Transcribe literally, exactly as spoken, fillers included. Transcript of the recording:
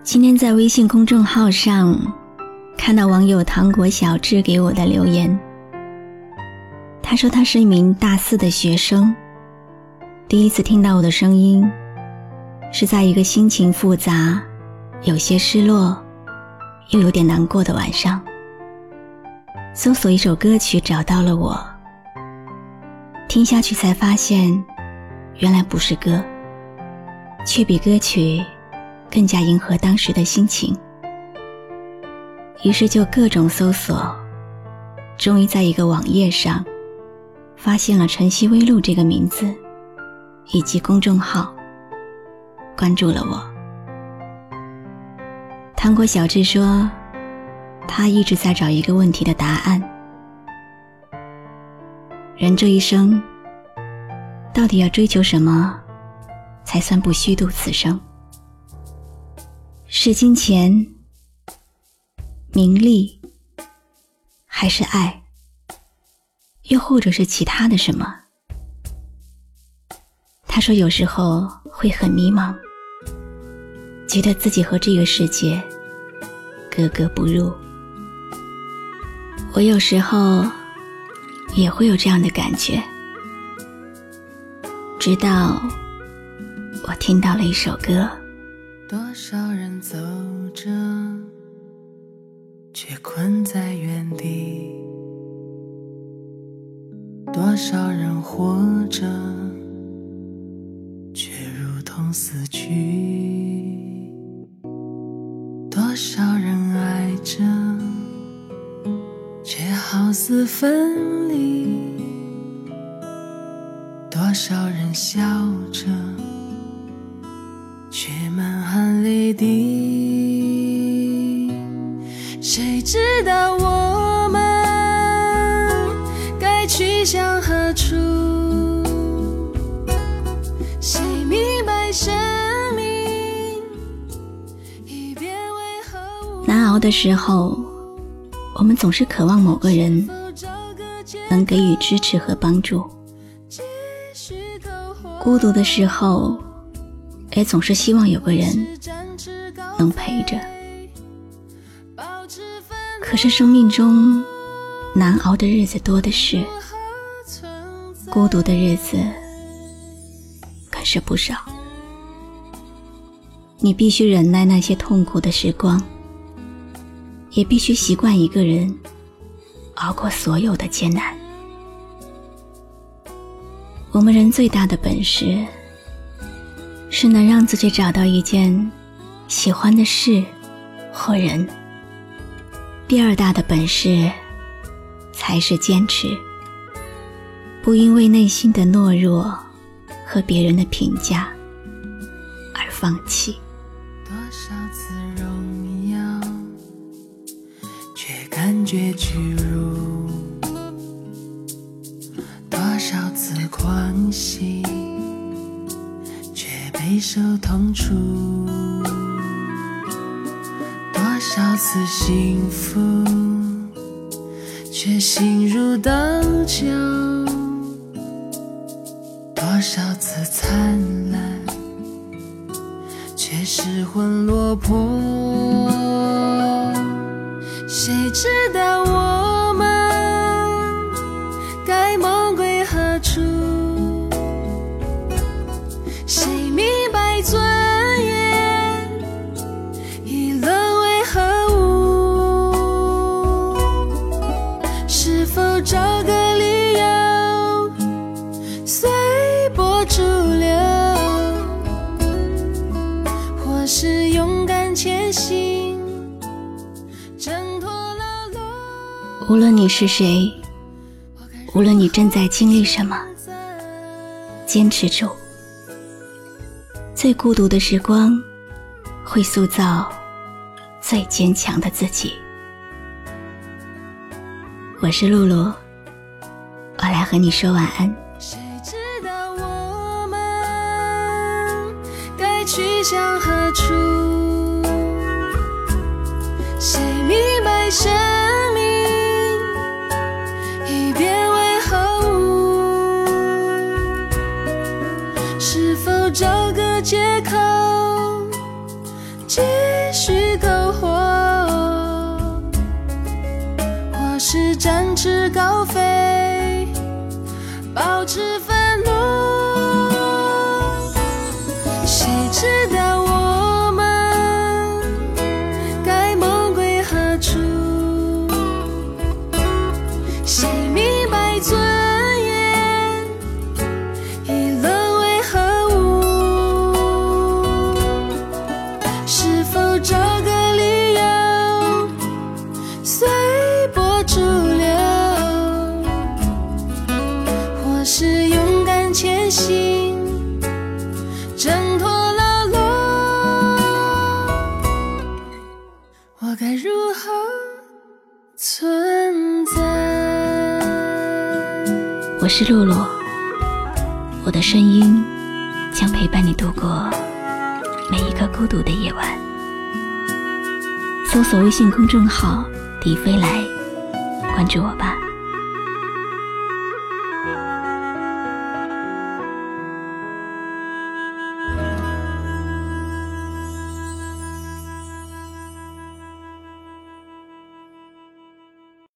今天在微信公众号上看到网友糖果小智给我的留言，他说他是一名大四的学生，第一次听到我的声音是在一个心情复杂有些失落又有点难过的晚上，搜索一首歌曲找到了我，听下去才发现原来不是歌，却比歌曲更加迎合当时的心情，于是就各种搜索，终于在一个网页上发现了晨曦微露这个名字以及公众号，关注了我。糖果小智说他一直在找一个问题的答案，人这一生到底要追求什么才算不虚度此生？是金钱、名利，还是爱，又或者是其他的什么？他说有时候会很迷茫，觉得自己和这个世界格格不入。我有时候也会有这样的感觉，直到我听到了一首歌。 多少人走着，却困在原地；多少人活着，却如同死去；多少人爱着，却好似分离；多少人笑着，却满含泪滴。谁知道我们该去向何处？谁明白生命已变为何物？ 难熬的时候，我们总是渴望某个人能给予支持和帮助，孤独的时候也总是希望有个人能陪着。可是生命中难熬的日子多的是，孤独的日子可是不少。你必须忍耐那些痛苦的时光，也必须习惯一个人熬过所有的艰难。我们人最大的本事是能让自己找到一件喜欢的事或人，第二大的本事才是坚持，不因为内心的懦弱和别人的评价而放弃。 多少次荣耀，却感觉屈辱；多少次狂喜，备受痛楚；多少次幸福，却心如刀绞；多少次灿烂，却失魂落魄。谁知道我们该梦归何处？谁明白尊严已沦为何物？是否找个理由随波逐流，或是勇敢前行，挣脱牢笼？ 无论你是谁，无论你正在经历什么，坚持住。最孤独的时光会塑造最坚强的自己。我是露露，我来和你说晚安。 谁知道我们该去向何处？谁明白生命已变为何物？是否找个借口继许苟活，或是展翅高飞，保持愤怒。谁知道我们该梦归何处？谁明白尊严已沦为何物？是否找个理由随波逐流，或是勇敢前行，挣脱牢笼？我该如何存在？ 我是露露，我的声音将陪伴你度过每一个孤独的夜晚。搜索微信公众号“迪飞来”，关注我吧。